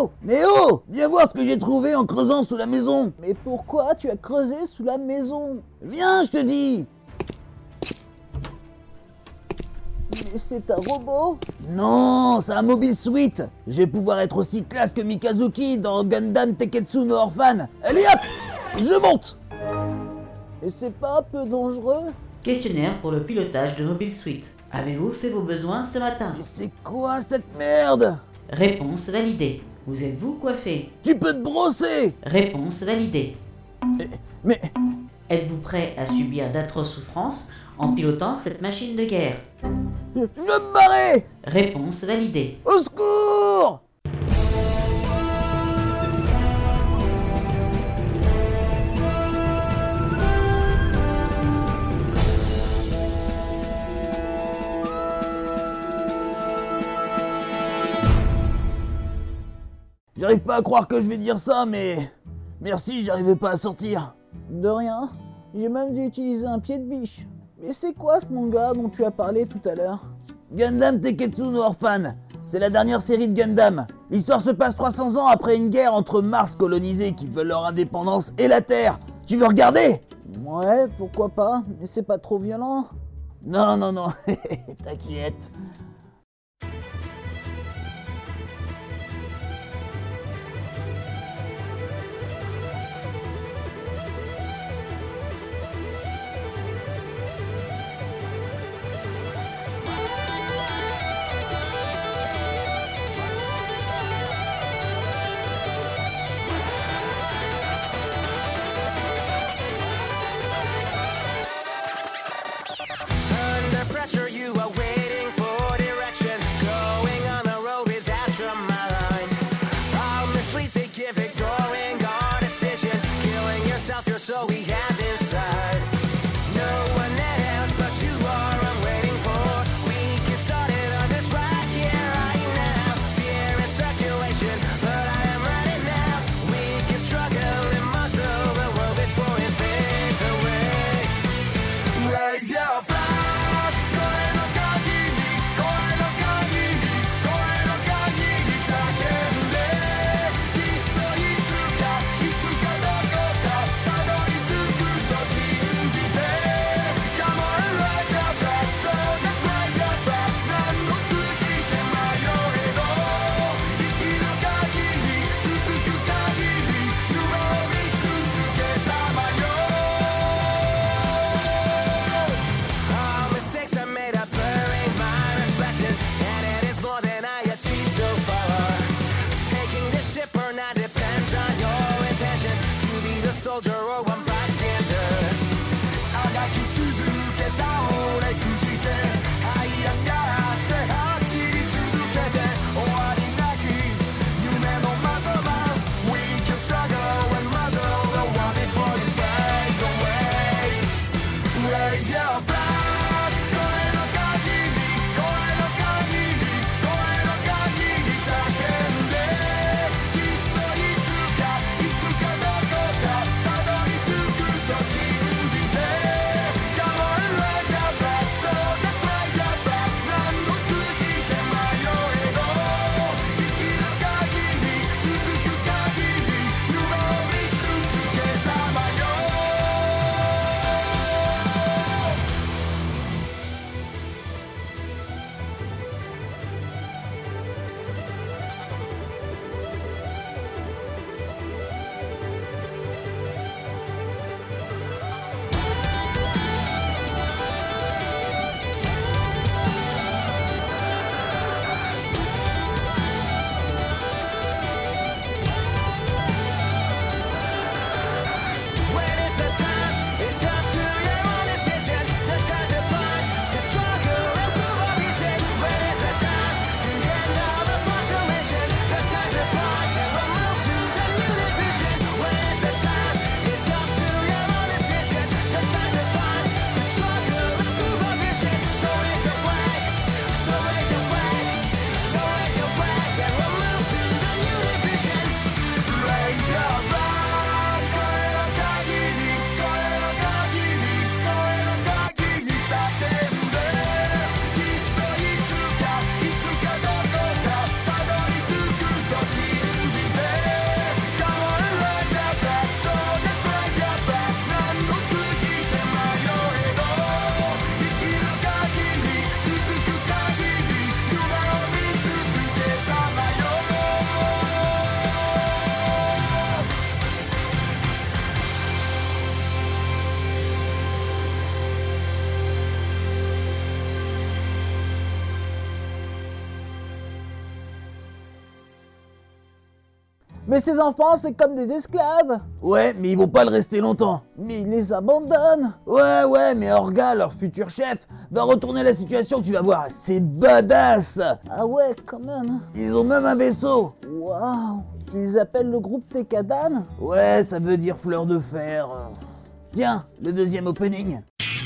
Néo, viens voir ce que j'ai trouvé en creusant sous la maison. Mais pourquoi tu as creusé sous la maison? Viens, je te dis. Mais c'est un robot? Non, c'est un Mobile Suit. Je vais pouvoir être aussi classe que Mikazuki dans Gundam Teketsu no Orphan. Allez hop, je monte. Et c'est pas un peu dangereux? Questionnaire pour le pilotage de Mobile Suit. Avez-vous fait vos besoins ce matin? Mais c'est quoi cette merde? Réponse validée. Vous êtes-vous coiffé? Tu peux te brosser. Réponse validée. Mais... Êtes-vous prêt à subir d'atroces souffrances en pilotant cette machine de guerre? Je vais me barrer. Réponse validée. Au secours. J'arrive pas à croire que je vais dire ça, mais... Merci, j'arrivais pas à sortir. De rien. J'ai même dû utiliser un pied de biche. Mais c'est quoi ce manga dont tu as parlé tout à l'heure? Gundam Teketsu no Orphan. C'est la dernière série de Gundam. L'histoire se passe 300 ans après une guerre entre Mars colonisés qui veulent leur indépendance et la Terre. Tu veux regarder? Ouais, pourquoi pas, mais c'est pas trop violent. Non, t'inquiète. Under pressure, you are waiting for the Mais ces enfants, c'est comme des esclaves. Ouais, mais ils vont pas le rester longtemps. Mais ils les abandonnent. Ouais, mais Orga, leur futur chef, va retourner la situation, tu vas voir, c'est badass. Ah ouais, quand même. Ils ont même un vaisseau. Waouh. Ils appellent le groupe Tekadan. Ouais, ça veut dire fleur de fer. Tiens, le deuxième opening.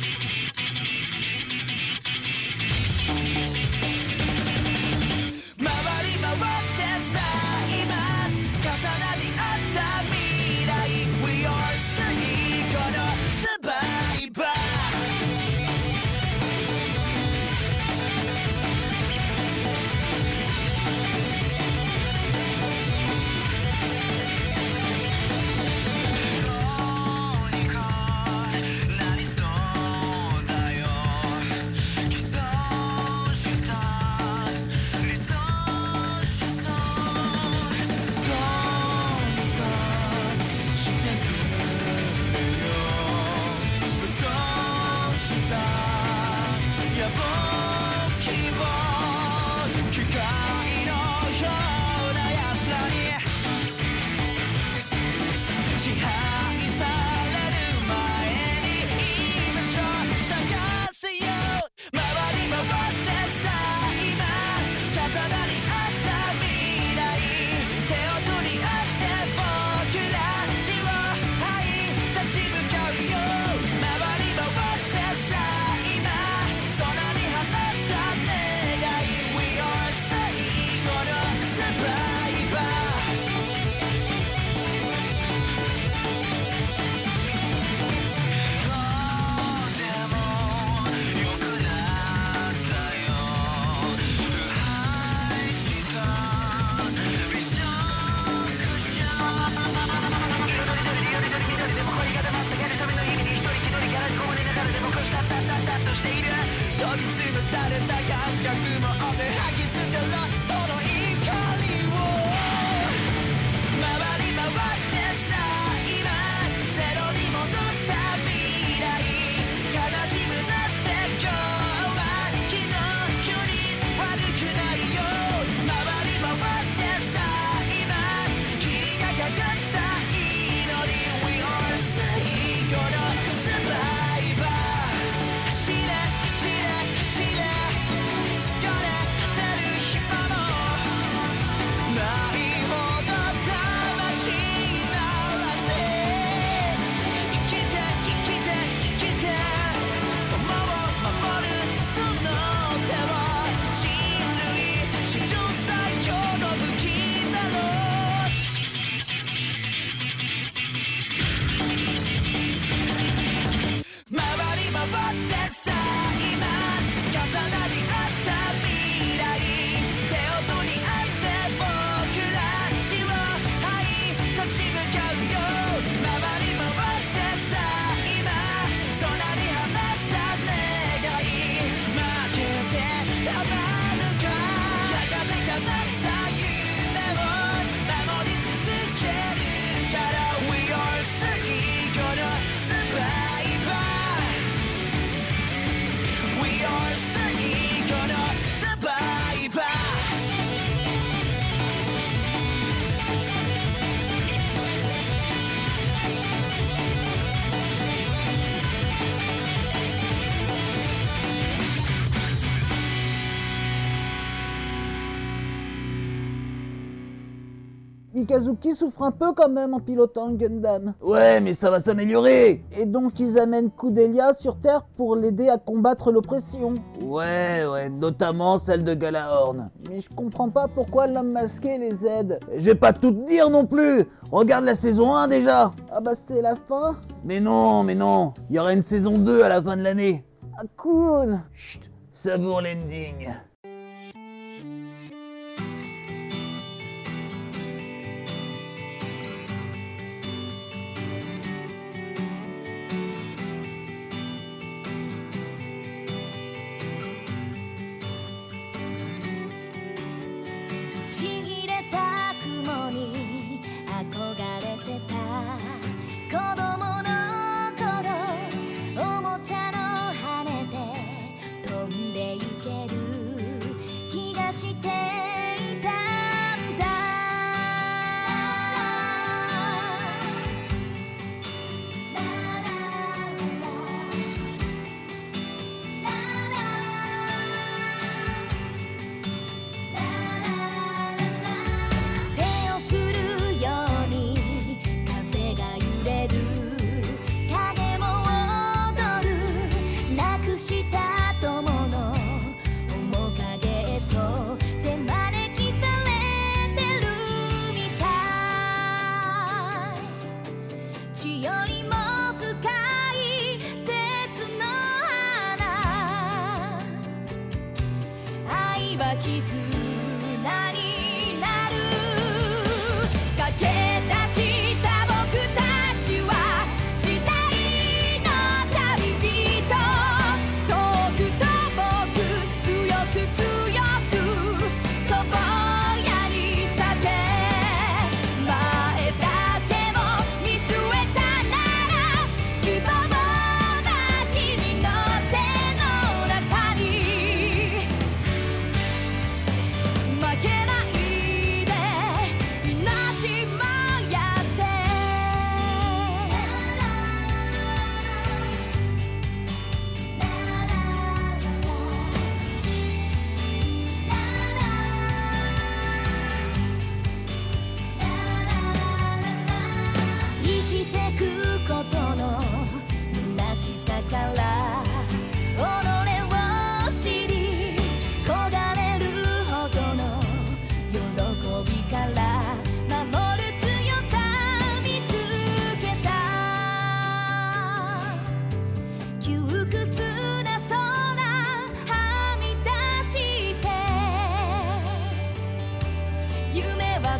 'Mikazuki souffre un peu quand même en pilotant le Gundam. Ouais, mais ça va s'améliorer. Et donc ils amènent Kudelia sur Terre pour l'aider à combattre l'oppression. Ouais, notamment celle de Galahorn. Mais je comprends pas pourquoi l'homme masqué les aide. Je vais pas tout te dire non plus. Regarde la saison 1 déjà. Ah bah c'est la fin. Mais non. Il y aura une saison 2 à la fin de l'année. Ah cool. Chut, savoure l'ending.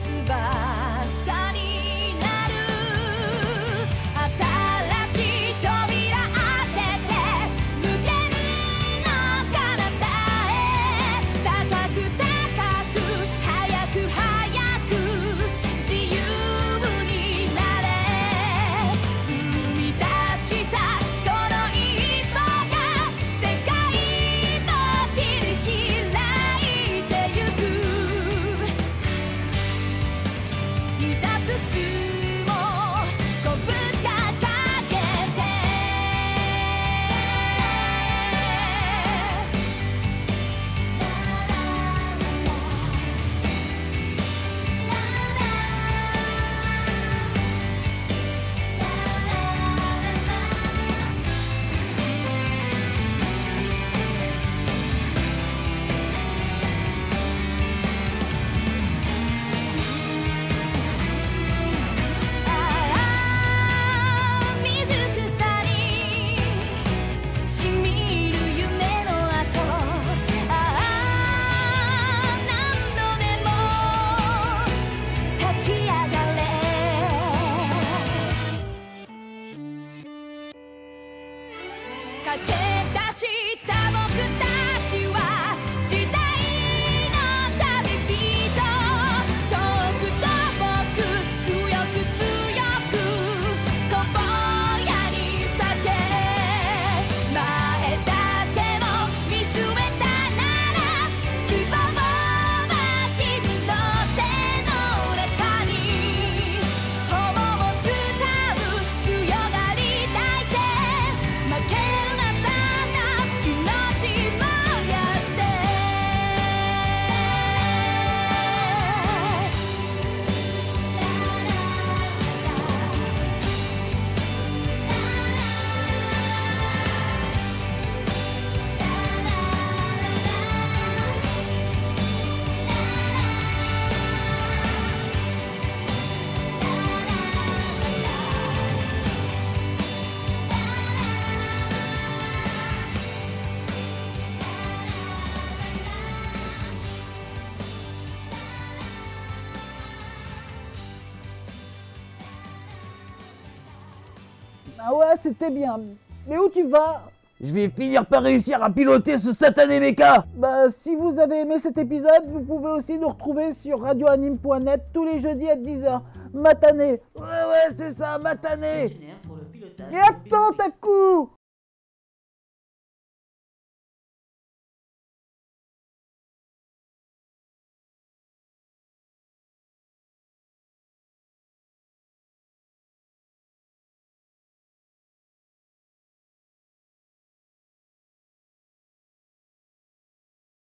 翼になる新しい扉開けて無限の彼方へ高く高く速く速く自由になれ踏み出したその一歩が世界を切り開いてゆくいざ進もう拳掲げて未熟さにしみる夢の跡何度でも立ち上がれ駆け出した僕たちは時代の旅人遠く遠く強く強く荒野に叫前だけを見据えたなら希望は君の手の中に炎を伝う強がり抱いて負けるなさな命燃やして Ah ouais, c'était bien. Mais où tu vas? Je vais finir par réussir à piloter ce satané méca. Bah, si vous avez aimé cet épisode, vous pouvez aussi nous retrouver sur radioanime.net tous les jeudis à 10h. Matané. Ouais, c'est ça, matané. Pour le pilotage. Et attends, Taku!